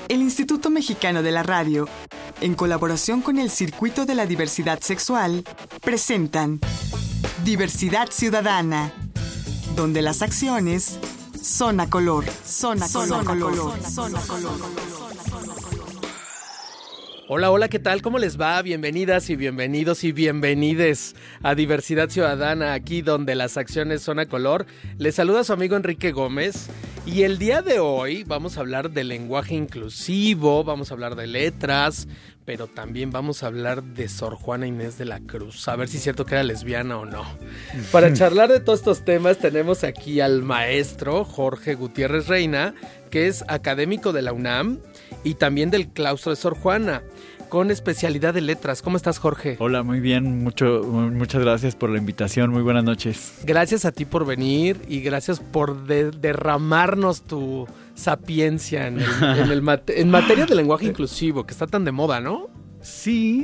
El Instituto Mexicano de la Radio, en colaboración con el Circuito de la Diversidad Sexual, presentan Diversidad Ciudadana, donde las acciones son a color. Hola, ¿qué tal? ¿Cómo les va? Bienvenidas y bienvenidos y bienvenides a Diversidad Ciudadana, aquí donde las acciones son a color. Les saluda su amigo Enrique Gómez y el día de hoy vamos a hablar de lenguaje inclusivo, vamos a hablar de letras, pero también vamos a hablar de Sor Juana Inés de la Cruz, a ver si es cierto que era lesbiana o no. Para charlar de todos estos temas tenemos aquí al maestro Jorge Gutiérrez Reina, que es académico de la UNAM y también del claustro de Sor Juana, con especialidad de letras. ¿Cómo estás, Jorge? Hola, muy bien. Muchas gracias por la invitación. Muy buenas noches. Gracias a ti por venir y gracias por derramarnos tu sapiencia en materia de lenguaje inclusivo, que está tan de moda, ¿no? Sí,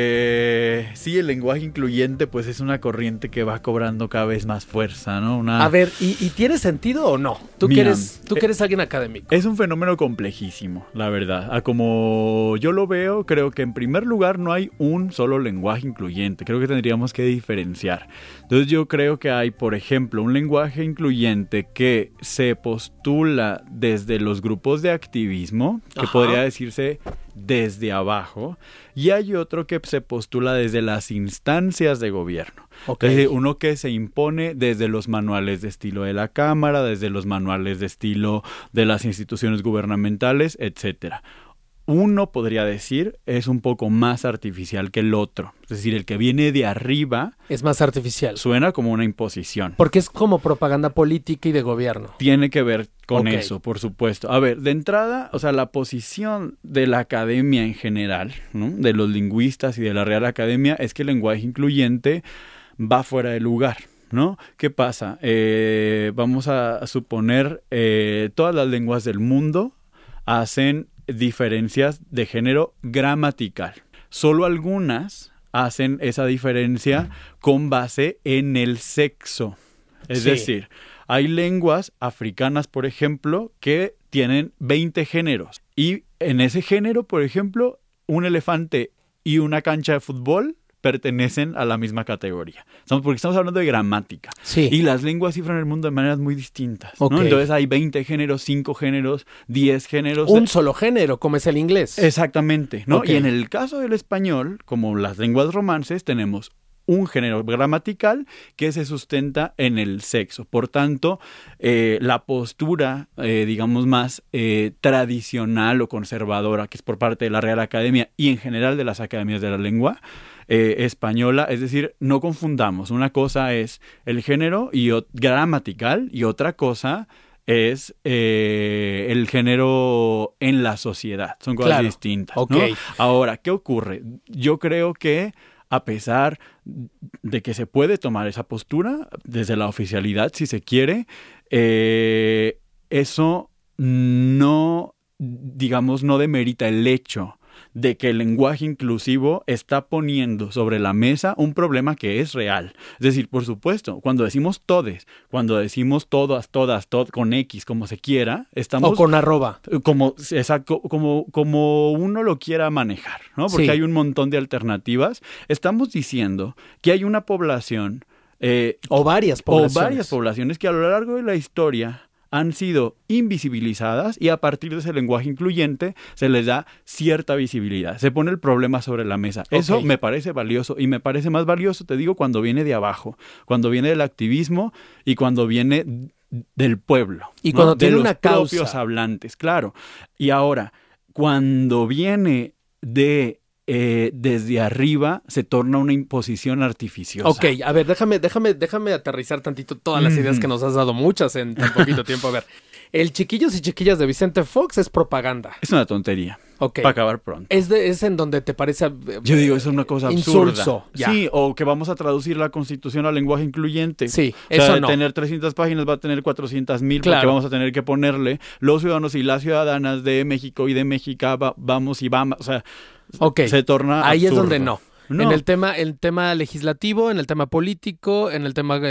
el lenguaje incluyente pues es una corriente que va cobrando cada vez más fuerza, ¿no? A ver, ¿y tiene sentido o no? Tú que eres alguien académico. Es un fenómeno complejísimo, la verdad. Como yo lo veo, creo que en primer lugar no hay un solo lenguaje incluyente. Creo que tendríamos que diferenciar. Entonces yo creo que hay, por ejemplo, un lenguaje incluyente que se postula desde los grupos de activismo, que podría decirse desde abajo, y hay otro que se postula desde las instancias de gobierno. Okay. Uno que se impone desde los manuales de estilo de la Cámara, desde los manuales de estilo de las instituciones gubernamentales, etcétera. Uno, podría decir, es un poco más artificial que el otro. Es decir, el que viene de arriba es más artificial. Suena como una imposición. Porque es como propaganda política y de gobierno. Tiene que ver con eso, por supuesto. A ver, de entrada, o sea, la posición de la academia en general, ¿no? De los lingüistas y de la Real Academia, es que el lenguaje incluyente va fuera de lugar, ¿no? ¿Qué pasa? Vamos a suponer todas las lenguas del mundo hacen diferencias de género gramatical. Solo algunas hacen esa diferencia con base en el sexo. Es decir, hay lenguas africanas, por ejemplo, que tienen 20 géneros. Y en ese género, por ejemplo, un elefante y una cancha de fútbol pertenecen a la misma categoría. Porque estamos hablando de gramática. Sí. Y las lenguas cifran el mundo de maneras muy distintas, ¿no? Entonces hay 20 géneros, 5 géneros, 10 géneros. Un solo género, como es el inglés. Exactamente, ¿no? Y en el caso del español, como las lenguas romances, tenemos un género gramatical que se sustenta en el sexo. Por tanto, la postura, digamos, más tradicional o conservadora, que es por parte de la Real Academia y en general de las academias de la lengua española, es decir, no confundamos. Una cosa es el género gramatical y otra cosa es el género en la sociedad. Son cosas distintas, ¿no? Ahora, ¿qué ocurre? Yo creo que a pesar de que se puede tomar esa postura desde la oficialidad, si se quiere, eso no, digamos, no demerita el hecho de que el lenguaje inclusivo está poniendo sobre la mesa un problema que es real. Es decir, por supuesto, cuando decimos todes, cuando decimos todas, con X, como se quiera, estamos... O con arroba. Como uno lo quiera manejar, ¿no? Porque hay un montón de alternativas. Estamos diciendo que hay una población... o varias poblaciones que a lo largo de la historia han sido invisibilizadas y a partir de ese lenguaje incluyente se les da cierta visibilidad. Se pone el problema sobre la mesa. Eso me parece valioso y me parece más valioso, te digo, cuando viene de abajo, cuando viene del activismo y cuando viene del pueblo. Y cuando tiene de una los causa. Propios hablantes, claro. Y ahora, cuando viene desde arriba se torna una imposición artificiosa. Ok, a ver, déjame aterrizar tantito todas las ideas que nos has dado, muchas en tan poquito tiempo. A ver, el Chiquillos y Chiquillas de Vicente Fox es propaganda. Es una tontería. Para acabar pronto. Es en donde te parece... Yo digo, es una cosa absurda. Insulso. Sí, o que vamos a traducir la Constitución al lenguaje incluyente. Sí, o sea, eso de no. tener 300 páginas va a tener 400,000 porque vamos a tener que ponerle los ciudadanos y las ciudadanas de México y de México, vamos y vamos. O sea, se torna ahí absurdo. Es donde no. En el tema legislativo, en el tema político, en el tema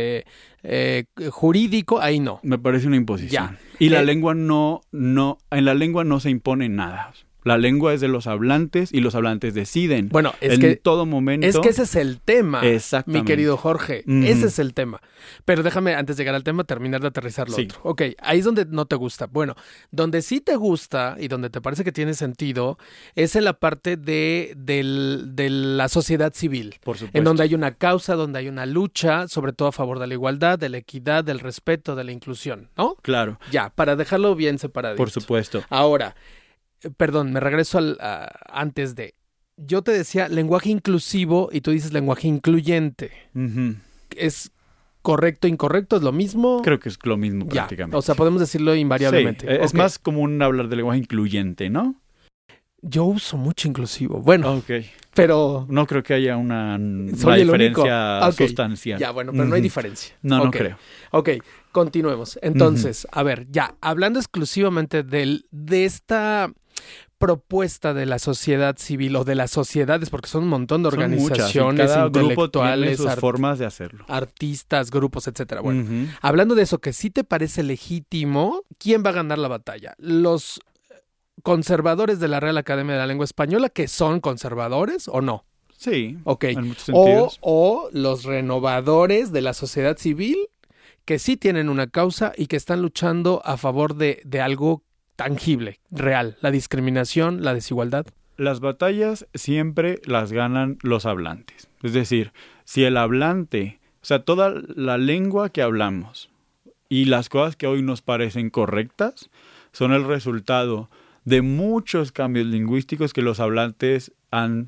jurídico, ahí no. Me parece una imposición. Ya. Y la lengua en la lengua no se impone nada. La lengua es de los hablantes y los hablantes deciden. Bueno, todo momento. Es que ese es el tema, exactamente, mi querido Jorge. Uh-huh. Ese es el tema. Pero déjame, antes de llegar al tema, terminar de aterrizar lo otro. Ok, ahí es donde no te gusta. Bueno, donde sí te gusta y donde te parece que tiene sentido es en la parte de la sociedad civil. Por supuesto. En donde hay una causa, donde hay una lucha, sobre todo a favor de la igualdad, de la equidad, del respeto, de la inclusión, ¿no? Claro. Ya, para dejarlo bien separadito. Por supuesto. Ahora, perdón, me regreso antes de... Yo te decía lenguaje inclusivo y tú dices lenguaje incluyente. Uh-huh. ¿Es correcto, incorrecto? ¿Es lo mismo? Creo que es lo mismo prácticamente. O sea, podemos decirlo invariablemente. Sí, es más común hablar de lenguaje incluyente, ¿no? Yo uso mucho inclusivo. Bueno, pero... No creo que haya una diferencia sustancial. Ya, bueno, pero no hay diferencia. No creo. Ok, continuemos. Entonces, a ver, ya, hablando exclusivamente de esta propuesta de la sociedad civil o de las sociedades, porque son un montón de organizaciones, cada intelectuales, grupo tiene sus formas de hacerlo. Artistas, grupos, etcétera. Bueno, hablando de eso, que sí te parece legítimo, ¿quién va a ganar la batalla? ¿Los conservadores de la Real Academia de la Lengua Española, que son conservadores o no? Sí, en muchos sentidos. O los renovadores de la sociedad civil, que sí tienen una causa y que están luchando a favor de algo tangible, real, la discriminación, la desigualdad. Las batallas siempre las ganan los hablantes. Es decir, si el hablante, o sea, toda la lengua que hablamos y las cosas que hoy nos parecen correctas son el resultado de muchos cambios lingüísticos que los hablantes han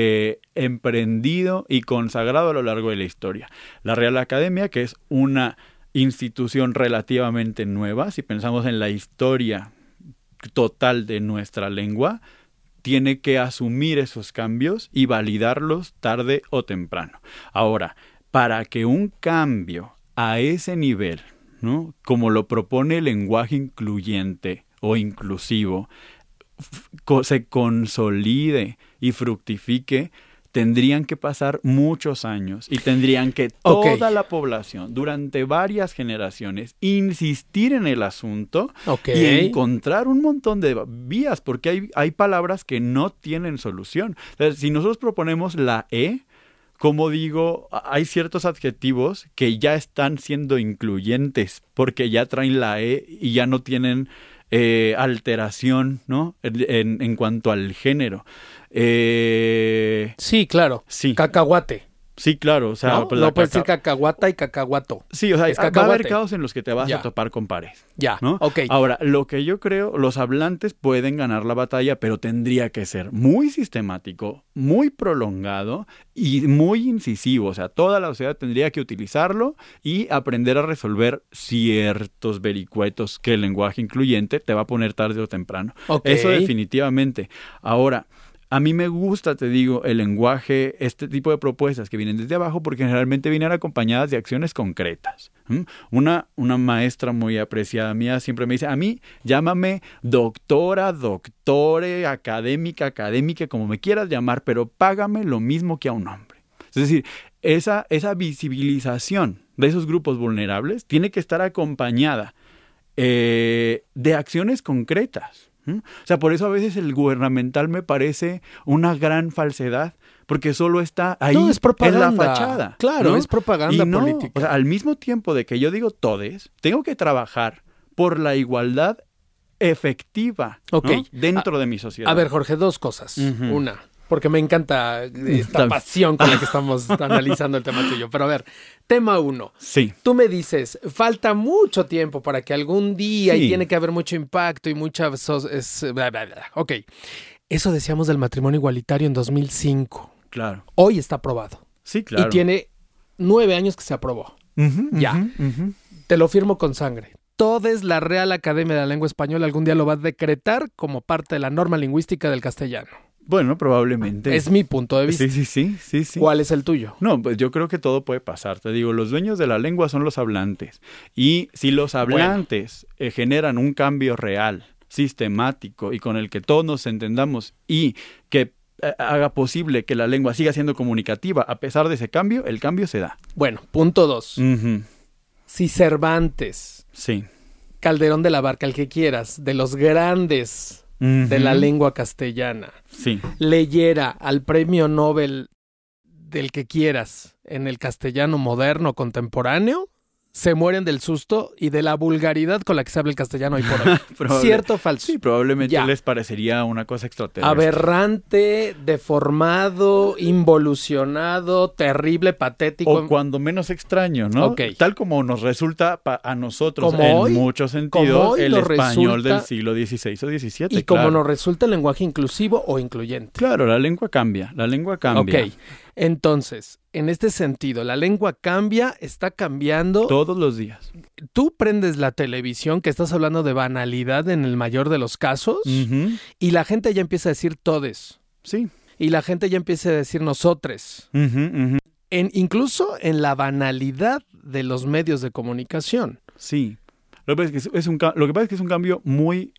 emprendido y consagrado a lo largo de la historia. La Real Academia, que es una institución relativamente nueva, si pensamos en la historia total de nuestra lengua, tiene que asumir esos cambios y validarlos tarde o temprano. Ahora, para que un cambio a ese nivel, ¿no?, como lo propone el lenguaje incluyente o inclusivo, se consolide y fructifique, tendrían que pasar muchos años y tendrían que toda la población durante varias generaciones insistir en el asunto y encontrar un montón de vías, porque hay palabras que no tienen solución. O sea, si nosotros proponemos la como digo, hay ciertos adjetivos que ya están siendo incluyentes porque ya traen la y ya no tienen alteración, ¿no?, en cuanto al género. Sí, claro. Sí. Cacahuate. Sí, claro. O sea, no, pues no puedes decir cacahuata y cacahuato. Sí, o sea, va a haber casos en los que te vas a topar con pares. Ya, ¿no? Ahora, lo que yo creo, los hablantes pueden ganar la batalla, pero tendría que ser muy sistemático, muy prolongado y muy incisivo. O sea, toda la sociedad tendría que utilizarlo y aprender a resolver ciertos vericuetos que el lenguaje incluyente te va a poner tarde o temprano. Eso definitivamente. Ahora, a mí me gusta, te digo, el lenguaje, este tipo de propuestas que vienen desde abajo, porque generalmente vienen acompañadas de acciones concretas. Una maestra muy apreciada mía siempre me dice, a mí llámame doctora, doctore, académica, como me quieras llamar, pero págame lo mismo que a un hombre. Es decir, esa visibilización de esos grupos vulnerables tiene que estar acompañada de acciones concretas. O sea, por eso a veces el gubernamental me parece una gran falsedad, porque solo está ahí es propaganda, en la fachada. Claro, ¿no? Es propaganda y política. O sea, al mismo tiempo de que yo digo todes, tengo que trabajar por la igualdad efectiva, ¿no?, dentro de mi sociedad. A ver, Jorge, dos cosas. Una, porque me encanta esta pasión con la que estamos analizando el tema tuyo. Pero a ver, tema 1. Sí. Tú me dices, falta mucho tiempo para que algún día y tiene que haber mucho impacto y mucha... bla, bla, bla. Ok. Eso decíamos del matrimonio igualitario en 2005. Claro. Hoy está aprobado. Sí, claro. Y tiene 9 años que se aprobó. Te lo firmo con sangre. Toda la Real Academia de la Lengua Española algún día lo va a decretar como parte de la norma lingüística del castellano. Bueno, probablemente. Es mi punto de vista. Sí. ¿Cuál es el tuyo? No, pues yo creo que todo puede pasar. Te digo, los dueños de la lengua son los hablantes. Y si los hablantes generan un cambio real, sistemático y con el que todos nos entendamos y que haga posible que la lengua siga siendo comunicativa. A pesar de ese cambio, el cambio se da. Bueno, punto 2. Uh-huh. Si Cervantes, Sí. Calderón de la Barca, el que quieras, de los grandes de la lengua castellana, Sí. leyera al premio Nobel del que quieras en el castellano moderno contemporáneo, se mueren del susto y de la vulgaridad con la que se habla el castellano hoy por hoy. ¿Cierto o falso? Sí, probablemente Ya. les parecería una cosa extraterrestre. Aberrante, deformado, involucionado, terrible, patético. O cuando menos extraño, ¿no? Ok. Tal como nos resulta a nosotros Como en hoy, muchos como sentidos hoy el nos español resulta- del siglo XVI o XVII. Y como nos resulta el lenguaje inclusivo o incluyente. Claro, la lengua cambia. Ok, entonces, en este sentido, la lengua cambia, está cambiando. Todos los días. Tú prendes la televisión, que estás hablando de banalidad en el mayor de los casos, Ujú. y la gente ya empieza a decir todes. Sí. Y la gente ya empieza a decir nosotres. Ujú, ujú. Incluso en la banalidad de los medios de comunicación. Sí. Lo que pasa es que lo que pasa es que es un cambio muy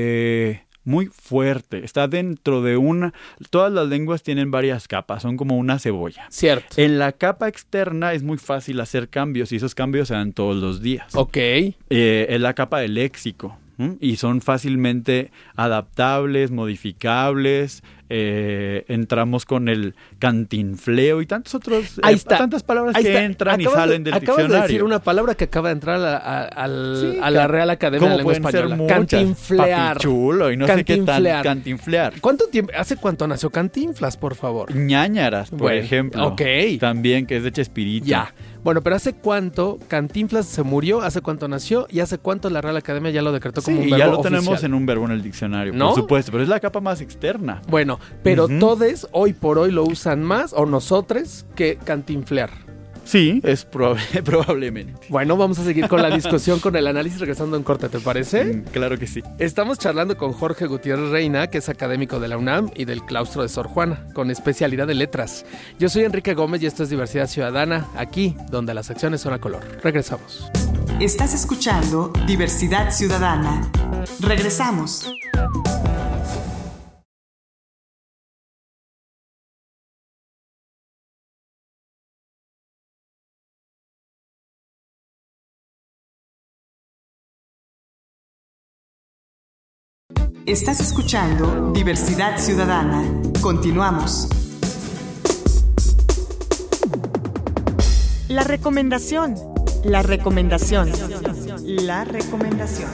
fuerte. Está dentro de una... Todas las lenguas tienen varias capas, son como una cebolla. Cierto. En la capa externa es muy fácil hacer cambios y esos cambios se dan todos los días. Ok. Es la capa del léxico. Y son fácilmente adaptables, modificables. Entramos con el cantinfleo y tantos otros... Ahí está. Tantas palabras Ahí que está. entran y Acabas salen del acabas diccionario. de decir una palabra que acaba de entrar Sí, a la Real Academia de la Lengua pueden ser Española. muchas. Cantinflear. Papichulo y no sé qué tan Cantinflear. cantinflear. ¿Cuánto tiempo? ¿Hace cuánto nació Cantinflas, por favor? Ñáñaras, por Bueno, ejemplo. ok. También, que es de Chespirito. Ya. Bueno, pero ¿hace cuánto Cantinflas se murió? ¿Hace cuánto nació? ¿Y hace cuánto la Real Academia ya lo decretó como Sí, un y verbo ya lo oficial? tenemos en un verbo en el diccionario, ¿No? por supuesto, pero es la capa más externa. Bueno, pero Ujú. todes hoy por hoy lo usan más, o nosotros, que cantinflear. Sí, es probablemente. Bueno, vamos a seguir con la discusión, con el análisis, regresando en corte, ¿te parece? Claro que sí. Estamos charlando con Jorge Gutiérrez Reina, que es académico de la UNAM y del claustro de Sor Juana, con especialidad en letras. Yo soy Enrique Gómez y esto es Diversidad Ciudadana, aquí donde las acciones son a color. Regresamos. Estás escuchando Diversidad Ciudadana. Regresamos. Estás escuchando Diversidad Ciudadana. Continuamos. La recomendación. La recomendación. La recomendación.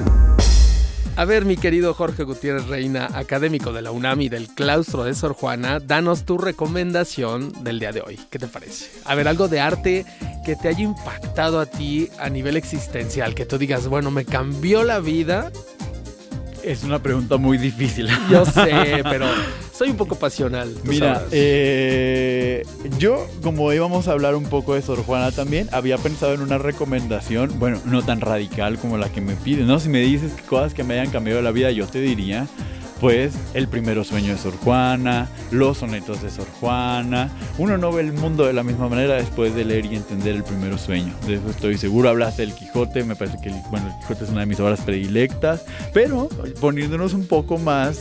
A ver, mi querido Jorge Gutiérrez Reina, académico de la UNAM y del claustro de Sor Juana, danos tu recomendación del día de hoy. ¿Qué te parece? A ver, algo de arte que te haya impactado a ti a nivel existencial, que tú digas, bueno, me cambió la vida. Es una pregunta muy difícil. Yo sé, pero soy un poco pasional. tú Mira, sabrás. yo, como íbamos a hablar un poco de Sor Juana también, había pensado en una recomendación, bueno, no tan radical como la que me pides, ¿no? Si me dices cosas que me hayan cambiado la vida, yo te diría, pues, El primero sueño de Sor Juana, Los sonetos de Sor Juana. Uno no ve el mundo de la misma manera después de leer y entender El primero sueño. De eso estoy seguro. Hablaste del Quijote, me parece que, bueno, El Quijote es una de mis obras predilectas, pero poniéndonos un poco más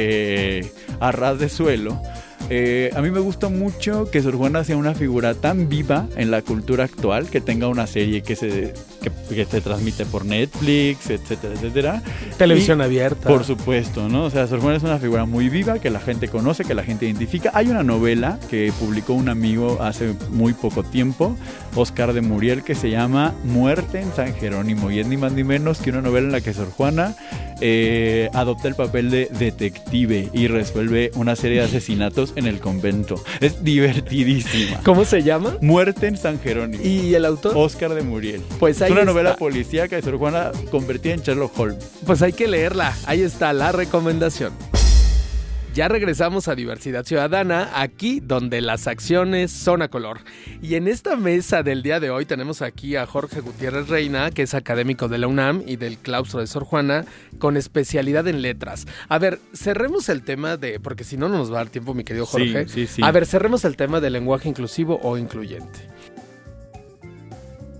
a ras de suelo, a mí me gusta mucho que Sor Juana sea una figura tan viva en la cultura actual, que tenga una serie que se transmite por Netflix, etcétera, etcétera. Televisión Y, abierta. por supuesto, ¿no? O sea, Sor Juana es una figura muy viva, que la gente conoce, que la gente identifica. Hay una novela que publicó un amigo hace muy poco tiempo, Oscar de Muriel, que se llama Muerte en San Jerónimo, y es ni más ni menos que una novela en la que Sor Juana adopta el papel de detective y resuelve una serie de asesinatos en el convento. Es divertidísima. ¿Cómo se llama? Muerte en San Jerónimo. ¿Y el autor? Oscar de Muriel. Pues ahí es una está. novela policíaca de Sor Juana convertida en Sherlock Holmes. Pues hay que leerla. Ahí está la recomendación. Ya regresamos a Diversidad Ciudadana, aquí donde las acciones son a color. Y en esta mesa del día de hoy tenemos aquí a Jorge Gutiérrez Reina, que es académico de la UNAM y del claustro de Sor Juana, con especialidad en letras. A ver, cerremos el tema de... Porque si no, no nos va a dar tiempo, mi querido Jorge. Sí. A ver, cerremos el tema del lenguaje inclusivo o incluyente.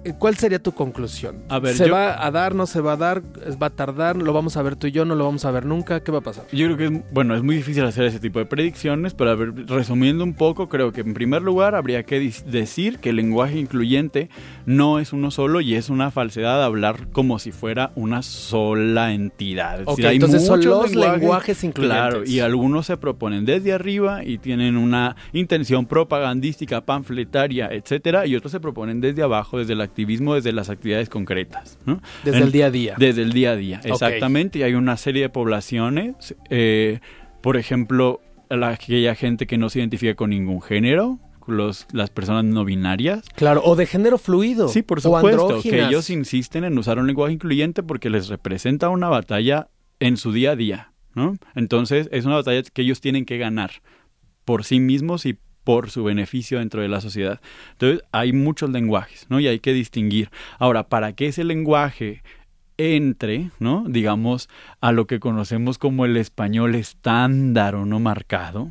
¿cuál sería tu conclusión? A ver, ¿Se va a dar, no se va a dar? ¿Va a tardar? ¿Lo vamos a ver tú y yo? ¿No lo vamos a ver nunca? ¿Qué va a pasar? Yo creo que es muy difícil hacer ese tipo de predicciones, pero a ver, resumiendo un poco, creo que en primer lugar habría que decir que el lenguaje incluyente no es uno solo y es una falsedad hablar como si fuera una sola entidad. Es decir, hay entonces son muchos los lenguajes incluyentes. Claro, y algunos se proponen desde arriba y tienen una intención propagandística, panfletaria, etcétera, y otros se proponen desde abajo, desde el activismo, desde las actividades concretas, ¿no? Desde el día a día. Desde el día a día, exactamente. Y hay una serie de poblaciones, por ejemplo, aquella gente que no se identifica con ningún género, las personas no binarias. Claro, o de género fluido. Sí, por supuesto, que ellos insisten en usar un lenguaje incluyente porque les representa una batalla en su día a día, ¿no? Entonces, es una batalla que ellos tienen que ganar por sí mismos y por su beneficio dentro de la sociedad. Entonces, hay muchos lenguajes, ¿no? Y hay que distinguir. Ahora, para que ese lenguaje entre, ¿no? Digamos, a lo que conocemos como el español estándar o no marcado,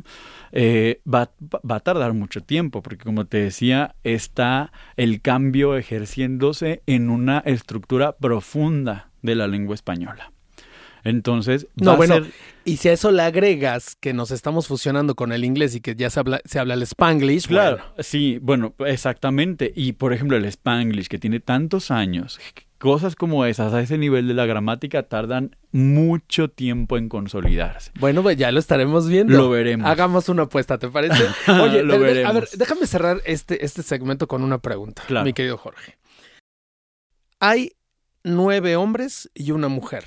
va a tardar mucho tiempo, porque como te decía, está el cambio ejerciéndose en una estructura profunda de la lengua española. Entonces, y si a eso le agregas que nos estamos fusionando con el inglés y que ya se habla el Spanglish. Claro, bueno. Sí, bueno, exactamente. Y por ejemplo, el Spanglish, que tiene tantos años, cosas como esas a ese nivel de la gramática tardan mucho tiempo en consolidarse. Bueno, pues ya lo estaremos viendo. Lo veremos. Hagamos una apuesta, ¿te parece? Oye, lo veremos. A ver, déjame cerrar este segmento con una pregunta, claro, mi querido Jorge. Hay 9 hombres y una mujer.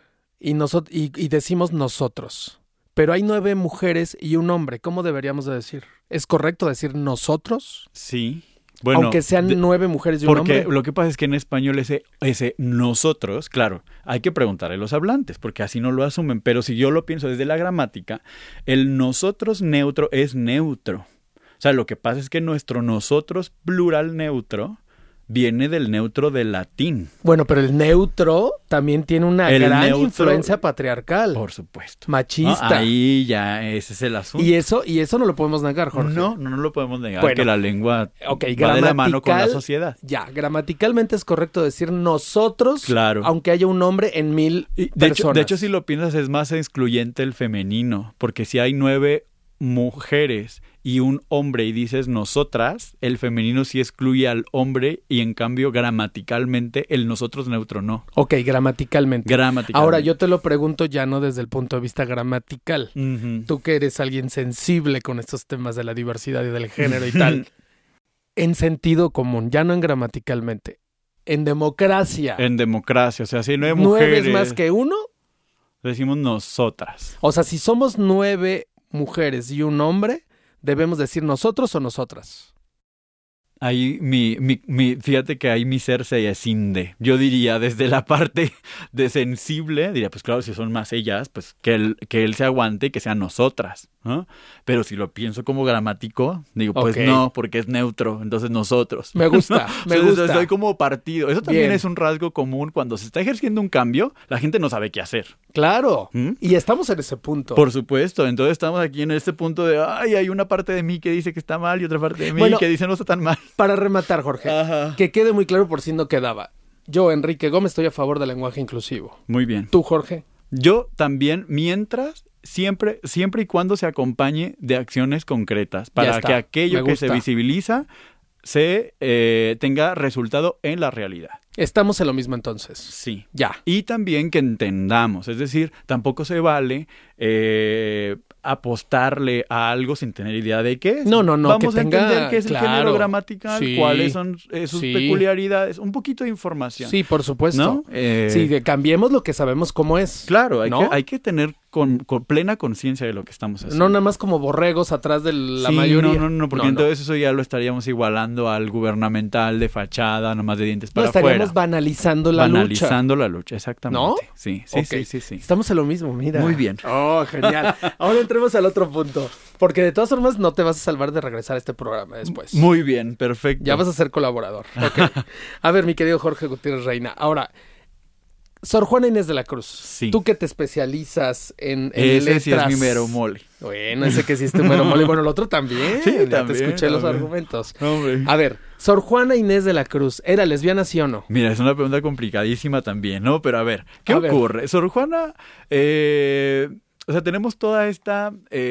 Y decimos nosotros. Pero hay 9 mujeres y un hombre. ¿Cómo deberíamos de decir? ¿Es correcto decir nosotros? Sí. Bueno, aunque sean 9 mujeres y un hombre. Porque lo que pasa es que en español ese nosotros, claro, hay que preguntarle a los hablantes, porque así no lo asumen. Pero si yo lo pienso desde la gramática, el nosotros neutro es neutro. O sea, lo que pasa es que nuestro nosotros plural neutro viene del neutro del latín. Bueno, pero el neutro también tiene una gran influencia patriarcal. Por supuesto. Machista. No, ahí ya ese es el asunto. Y eso no lo podemos negar, Jorge. No lo podemos negar, bueno, que la lengua va de la mano con la sociedad. Ya, gramaticalmente es correcto decir nosotros, claro, aunque haya un nombre en 1000 personas. De hecho, si lo piensas, es más excluyente el femenino, porque si hay 9 mujeres y un hombre y dices nosotras, el femenino sí excluye al hombre y en cambio gramaticalmente el nosotros neutro no. Ok, gramaticalmente. Ahora yo te lo pregunto ya no desde el punto de vista gramatical. Uh-huh. Tú que eres alguien sensible con estos temas de la diversidad y del género y tal. En sentido común, ya no en gramaticalmente. En democracia. En democracia, o sea, si 9 mujeres... 9 es más que 1. Decimos nosotras. O sea, si somos 9 mujeres y un hombre, ¿debemos decir nosotros o nosotras? Ahí fíjate que ahí mi ser se escinde. Yo diría desde la parte de sensible, diría pues claro, si son más ellas, pues que él se aguante y que sean nosotras, ¿no? Pero si lo pienso como gramático, digo pues no, porque es neutro, entonces nosotros. Me gusta, ¿no? me gusta. Estoy como partido. Eso también Bien. es un rasgo común cuando se está ejerciendo un cambio, la gente no sabe qué hacer. Claro, y estamos en ese punto. Por supuesto, entonces estamos aquí en este punto de, hay una parte de mí que dice que está mal y otra parte de mí que dice no está tan mal. Para rematar, Jorge, ajá, que quede muy claro por si no quedaba. Yo, Enrique Gómez, estoy a favor del lenguaje inclusivo. Muy bien. ¿Tú, Jorge? Yo también, siempre y cuando se acompañe de acciones concretas, para que aquello que se visibiliza tenga resultado en la realidad. Estamos en lo mismo entonces. Sí. Ya. Y también que entendamos, es decir, tampoco se vale apostarle a algo sin tener idea de qué es. No. Vamos a entender qué es el género gramatical, sí, cuáles son sus peculiaridades, un poquito de información. Sí, por supuesto. ¿No? Sí, que cambiemos lo que sabemos cómo es. Claro, hay que tener con plena conciencia de lo que estamos haciendo. No nada más como borregos atrás de la mayoría. No, porque entonces eso ya lo estaríamos igualando al gubernamental de fachada, nomás de dientes para afuera. Estaríamos banalizando la lucha. Banalizando la lucha, exactamente. ¿No? Sí. Estamos en lo mismo, mira. Muy bien. Oh, genial. Ahora entremos al otro punto. Porque de todas formas no te vas a salvar de regresar a este programa después. Muy bien, perfecto. Ya vas a ser colaborador. Okay. A ver, mi querido Jorge Gutiérrez Reina. Ahora, Sor Juana Inés de la Cruz. Sí. Tú que te especializas en ese letras. sí es mi mero mole. Bueno, ese que sí es tu mero mole. Bueno, el otro también. Sí, ya también, te escuché los también. argumentos. Hombre. A ver, Sor Juana Inés de la Cruz, ¿era lesbiana, sí o no? Mira, es una pregunta complicadísima también, ¿no? Pero a ver, ¿qué A ver. ocurre? Sor Juana, o sea, tenemos toda esta...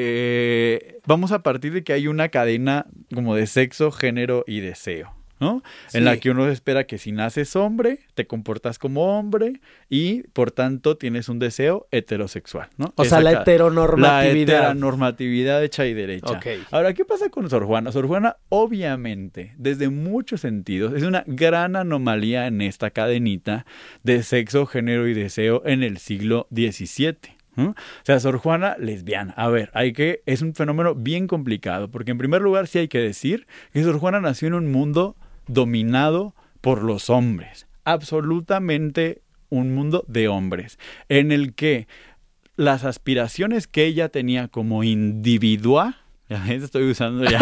vamos a partir de que hay una cadena como de sexo, género y deseo, ¿no? Sí. En la que uno espera que si naces hombre, te comportas como hombre y, por tanto, tienes un deseo heterosexual, ¿no? O sea, la La heteronormatividad. heteronormatividad hecha y derecha. Ok. Ahora, ¿qué pasa con Sor Juana? Sor Juana, obviamente, desde muchos sentidos, es una gran anomalía en esta cadenita de sexo, género y deseo en el siglo XVII. O sea, Sor Juana, lesbiana. A ver, es un fenómeno bien complicado, porque en primer lugar sí hay que decir que Sor Juana nació en un mundo dominado por los hombres. Absolutamente un mundo de hombres, en el que las aspiraciones que ella tenía como individua, ya estoy usando ya,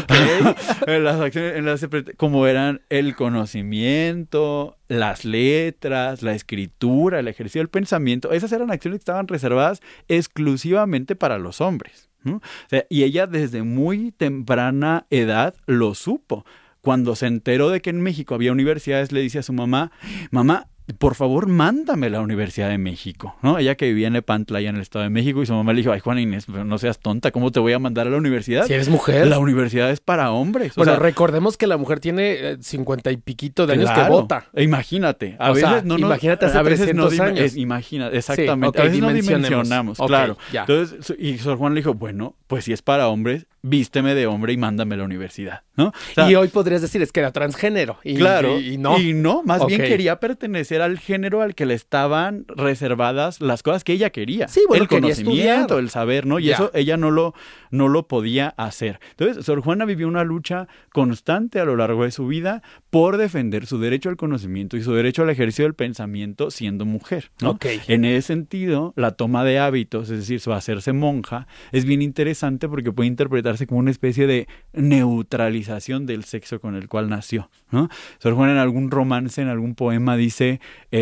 las acciones, como eran el conocimiento, las letras, la escritura, el ejercicio del pensamiento, esas eran acciones que estaban reservadas exclusivamente para los hombres, ¿no? O sea, y ella desde muy temprana edad lo supo. Cuando se enteró de que en México había universidades, le dice a su mamá, mamá, por favor, mándame a la Universidad de México, ¿no? Ella que vivía en Lepantla, allá en el Estado de México, y su mamá le dijo, ay, Juana Inés, pero no seas tonta, ¿cómo te voy a mandar a la universidad? Si eres mujer. La universidad es para hombres. Bueno, o sea, recordemos que la mujer tiene 50 y piquito de años que claro, vota. Imagínate. O sea, imagínate hace 300 años. Imagínate, exactamente. Sí, a veces no dimensionemos. dimensionamos, Ok, claro. ya. Entonces, y Sor Juana le dijo, bueno, pues si es para hombres, vísteme de hombre y mándame a la universidad, ¿no? O sea, Y hoy podrías decir, es que era transgénero. Y, claro. Y no. Y no, más bien Ok. quería pertenecer al género al que le estaban reservadas las cosas que ella quería. Sí, bueno, el quería conocimiento, estudiar. el saber, ¿no? Y Ya. eso ella no lo podía hacer. Entonces, Sor Juana vivió una lucha constante a lo largo de su vida por defender su derecho al conocimiento y su derecho al ejercicio del pensamiento siendo mujer, ¿no? Ok. En ese sentido, la toma de hábitos, es decir, su hacerse monja, es bien interesante porque puede interpretarse como una especie de neutralización del sexo con el cual nació, ¿no? Sor Juana en algún romance, en algún poema dice,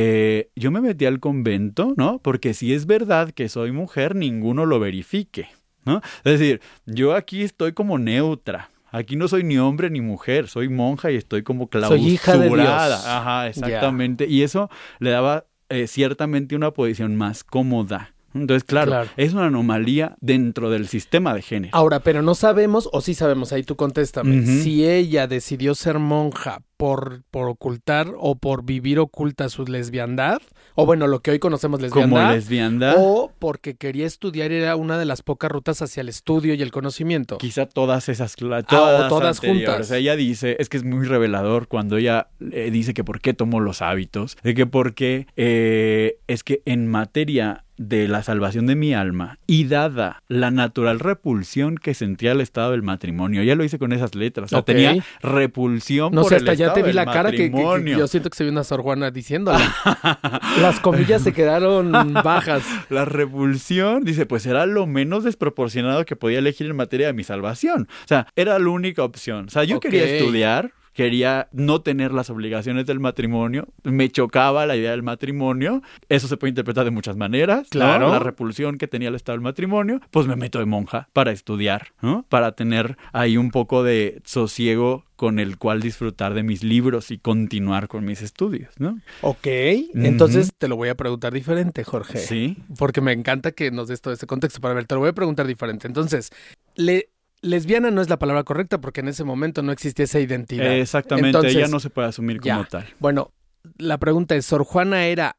yo me metí al convento, ¿no? Porque si es verdad que soy mujer, ninguno lo verifique, ¿no? Es decir, yo aquí estoy como neutra. Aquí no soy ni hombre ni mujer, soy monja y estoy como clausurada. Soy hija de Dios. Ajá, exactamente. Y eso le daba ciertamente una posición más cómoda. Entonces, claro, es una anomalía dentro del sistema de género. Ahora, pero no sabemos, o sí sabemos, ahí tú contéstame, Ujú. si ella decidió ser monja por ocultar o por vivir oculta su lesbiandad, o bueno, lo que hoy conocemos lesbiandad, Como lesbiandad. o porque quería estudiar y era una de las pocas rutas hacia el estudio y el conocimiento. Quizá todas esas, o todas anteriores. juntas. O sea, ella dice, es que es muy revelador cuando ella dice que por qué tomó los hábitos, de que porque es que en materia de la salvación de mi alma y dada la natural repulsión que sentía el estado del matrimonio, ella lo dice con esas letras, o sea, Ok. tenía repulsión No por sé, el hasta ya estado te vi del la cara que matrimonio. yo siento que se vio una Sor Juana diciéndole. Las comillas se quedaron bajas. La repulsión, dice, pues era lo menos desproporcionado que podía elegir en materia de mi salvación. O sea, era la única opción. O sea, yo Ok. quería estudiar, quería no tener las obligaciones del matrimonio, me chocaba la idea del matrimonio, eso se puede interpretar de muchas maneras, ¿no? Claro. La repulsión que tenía el estado del matrimonio, pues me meto de monja para estudiar, ¿no? Para tener ahí un poco de sosiego con el cual disfrutar de mis libros y continuar con mis estudios, ¿no? Ok, entonces te lo voy a preguntar diferente, Jorge. Sí. Porque me encanta que nos des todo este contexto. Para ver, te lo voy a preguntar diferente. Entonces, lesbiana no es la palabra correcta porque en ese momento no existía esa identidad. Exactamente, Entonces, ella no se puede asumir como ya. tal. Bueno, la pregunta es, ¿Sor Juana era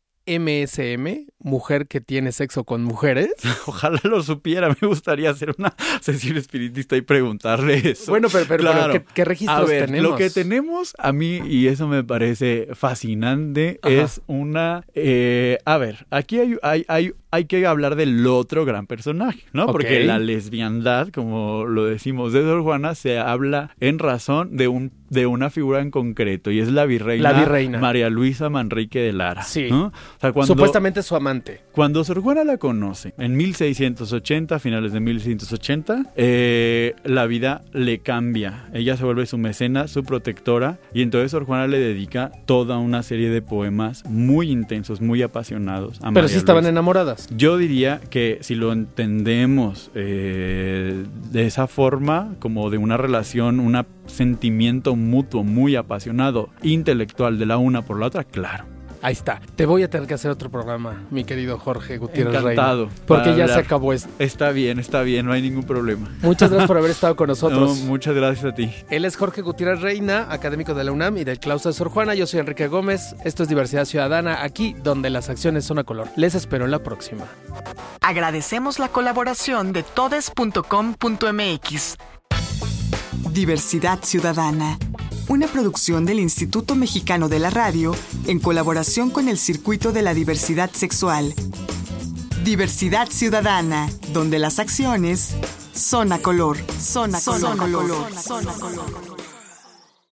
MSM, mujer que tiene sexo con mujeres? Ojalá lo supiera, me gustaría hacer una sesión espiritista y preguntarle eso. Bueno, pero Claro. ¿qué registros A ver, tenemos? lo que tenemos a mí, y eso me parece fascinante, Ajá. es una... a ver, aquí hay que hablar del otro gran personaje, ¿no? Ok. Porque la lesbiandad, como lo decimos de Sor Juana, se habla en razón de de una figura en concreto, y es la virreina María Luisa Manrique de Lara. Sí. ¿No? O sea, supuestamente su amante. Cuando Sor Juana la conoce, en 1680, finales de 1680, la vida le cambia. Ella se vuelve su mecena, su protectora, y entonces Sor Juana le dedica toda una serie de poemas muy intensos, muy apasionados a María Pero sí estaban Luisa. enamoradas. Yo diría que si lo entendemos de esa forma, como de una relación, un sentimiento mutuo muy apasionado, intelectual de la una por la otra, claro. Ahí está. Te voy a tener que hacer otro programa, mi querido Jorge Gutiérrez Encantado. Reina. Porque ya se acabó esto. Está bien, no hay ningún problema. Muchas gracias por haber estado con nosotros. No, muchas gracias a ti. Él es Jorge Gutiérrez Reina, académico de la UNAM y del claustro de Sor Juana. Yo soy Enrique Gómez. Esto es Diversidad Ciudadana, aquí donde las acciones son a color. Les espero en la próxima. Agradecemos la colaboración de todes.com.mx. Diversidad Ciudadana, una producción del Instituto Mexicano de la Radio en colaboración con el Circuito de la Diversidad Sexual. Diversidad Ciudadana, donde las acciones son a color. Son a color.